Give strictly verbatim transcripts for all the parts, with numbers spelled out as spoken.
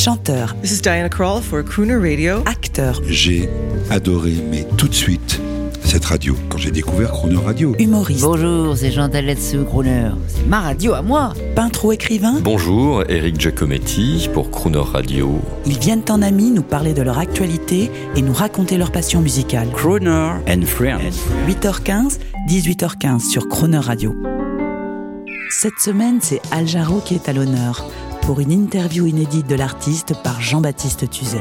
Chanteur. This is Diana Krall for Crooner Radio. Acteur. J'ai adoré, mais tout de suite, cette radio, quand j'ai découvert Crooner Radio. Humoriste. Bonjour, c'est Jean Taletsu, Crooner. C'est ma radio à moi. Peintre ou écrivain. Bonjour, Eric Giacometti pour Crooner Radio. Ils viennent en amis nous parler de leur actualité et nous raconter leur passion musicale. Crooner and Friends. huit heures quinze, dix-huit heures quinze sur Crooner Radio. Cette semaine, c'est Al Jarreau qui est à l'honneur pour une interview inédite de l'artiste par Jean-Baptiste Tuzet.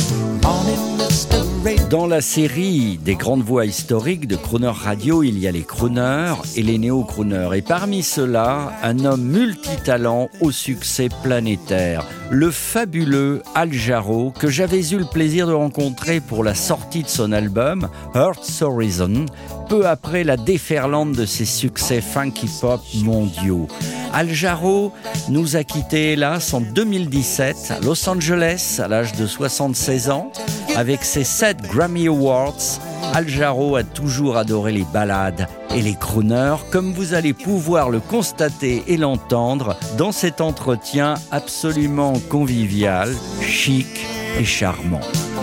Dans la série des grandes voix historiques de Crooner Radio, il y a les crooners et les néo-crooners. Et parmi ceux-là, un homme multitalent au succès planétaire, le fabuleux Al Jarreau, que j'avais eu le plaisir de rencontrer pour la sortie de son album Earth's Horizon, peu après la déferlante de ses succès funky pop mondiaux. Al Jarreau nous a quittés, hélas, en deux mille dix-sept à Los Angeles, à l'âge de soixante-seize ans. Avec ses sept Grammy Awards, Al Jarreau a toujours adoré les ballades et les crooners, comme vous allez pouvoir le constater et l'entendre dans cet entretien absolument convivial, chic et charmant.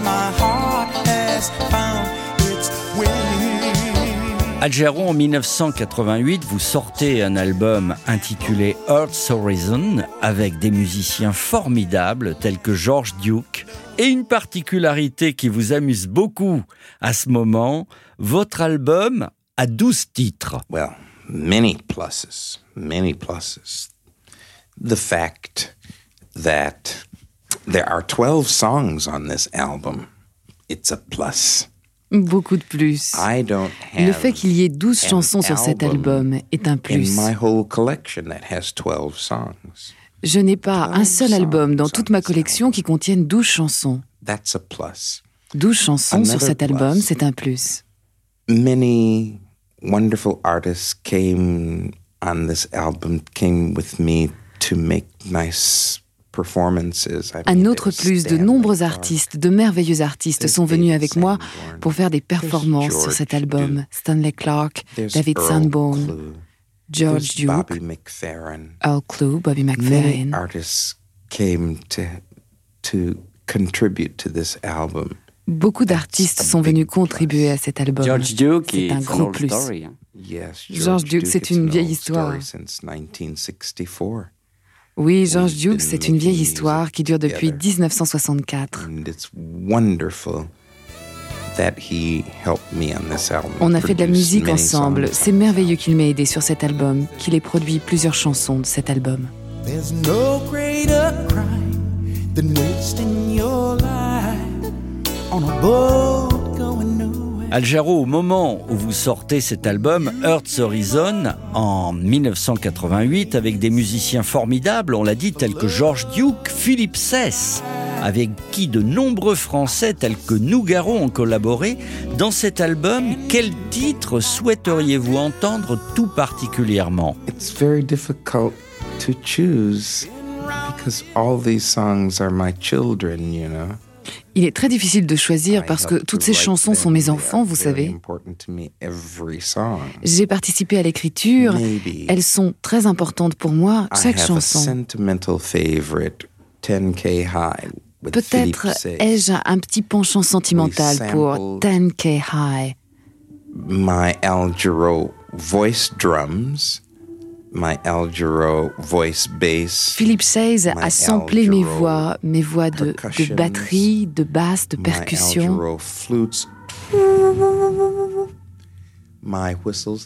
Al Jarreau, en dix-neuf cent quatre-vingt-huit, vous sortez un album intitulé Earth's Horizon avec des musiciens formidables tels que George Duke. Et une particularité qui vous amuse beaucoup à ce moment, votre album a douze titres. Well, many pluses, many pluses. The fact that there are twelve songs on this album, it's a plus. Beaucoup de plus. I don't have Le fait qu'il y ait douze chansons sur cet album est un plus. in my whole collection that has twelve songs. Je n'ai pas un seul album dans toute ma collection qui contienne douze chansons. That's a plus. douze chansons Another sur cet plus. album, c'est un plus. Many wonderful artists came on this album, came with me to make nice performances. I Un mean, autre there was plus, de Stanley nombreux Clarke, artistes, de merveilleux artistes There's sont venus David avec moi Sanborn. pour faire des There's performances sur George cet album. Duke. Stanley Clarke, There's David Earl Sanborn, Klugh. George There's Duke, Bobby McFerrin. Earl Klugh, Bobby Many McFerrin. artists came to to contribute to this album. Beaucoup d'artistes sont venus contribuer à cet album. George Duke, C'est un it's gros an old plus. story. hein. Yes, George Duke, c'est it's une an vieille old histoire. story since nineteen sixty-four. Oui, George We've Duke, been c'est une vieille making histoire qui dure depuis together. dix-neuf cent soixante-quatre. And it's wonderful that he helped me on this album. On a fait de la produce musique many ensemble. songs. C'est merveilleux qu'il m'ait aidé sur cet album, qu'il ait produit plusieurs chansons de cet album. There's no greater crime than wasting your life on a boat going nowhere. Al Jarreau, au moment où vous sortez cet album, Earth's Horizon, en dix-neuf cent quatre-vingt-huit, avec des musiciens formidables, on l'a dit, tels que George Duke, Philippe Sess, avec qui de nombreux Français tels que Nougaro ont collaboré. Dans cet album, quel titre souhaiteriez-vous entendre tout particulièrement ? It's very difficult to choose because all these songs are my children, you know. Il est très difficile de choisir parce que I helped toutes to ces write chansons sont them. mes They are enfants, vous very savez. important to me, every song. J'ai participé à l'écriture. Maybe Elles sont très importantes pour moi, I chaque have a chanson. sentimental favorite, ten K High, with Peut-être Philippe Sess. ai-je un petit penchant sentimental We pour sampled- ten K High. My Al Jarreau voice drums, my Al Jarreau voice bass, Philippe Sess My a samplé mes Al voix, mes voix de, de percussions, batterie, de basse, de my Al percussion. Jarreau flutes, my whistles,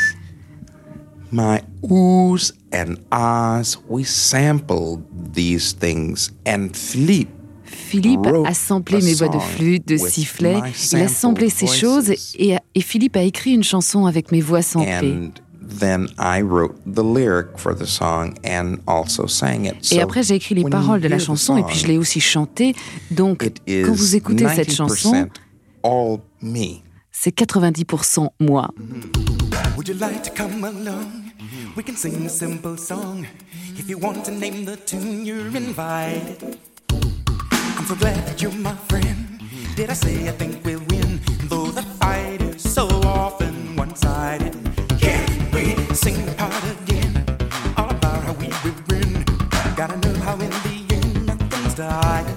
my oohs and ahs. We sampled these things, and Philippe Philippe wrote a samplé a mes voix de song flûte, de with sifflet. my Il a samplé sampled ces choses voices. et, et Philippe a écrit une chanson avec mes voix samplées. And then I wrote the lyric for the song and also sang it. Et So après, j'ai écrit les when paroles you de la hear the chanson et puis je l'ai song, aussi chantée. Donc, it is quand vous écoutez cette chanson, ninety percent all me. c'est quatre-vingt-dix pour cent moi. Would you like to come along? We can sing a simple song. If you want to name the tune, you're invited. I'm so glad that you're my friend. Did I say I think we'll win? Though the fight is so often one-sided. Can we sing the part again? All about how we will win. Gotta know how in the end nothing's died.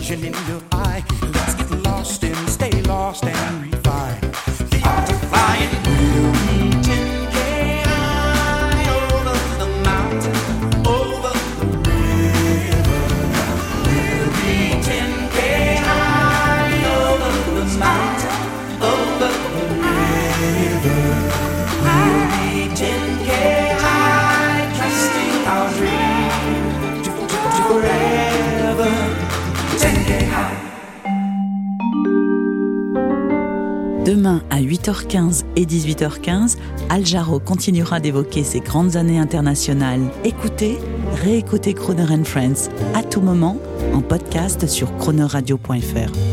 vision in your eye. Let's get lost and stay lost and refine the art of flying. We'll be ten K high over the mountain, over the river. We'll be ten K high over the mountain, over the river. We'll be ten K high, trusting our dream to, to, to forever. ten K high. Demain à huit heures quinze et dix-huit heures quinze, Al Jarreau continuera d'évoquer ses grandes années internationales. Écoutez, réécoutez Croner and Friends à tout moment en podcast sur croner radio point f r.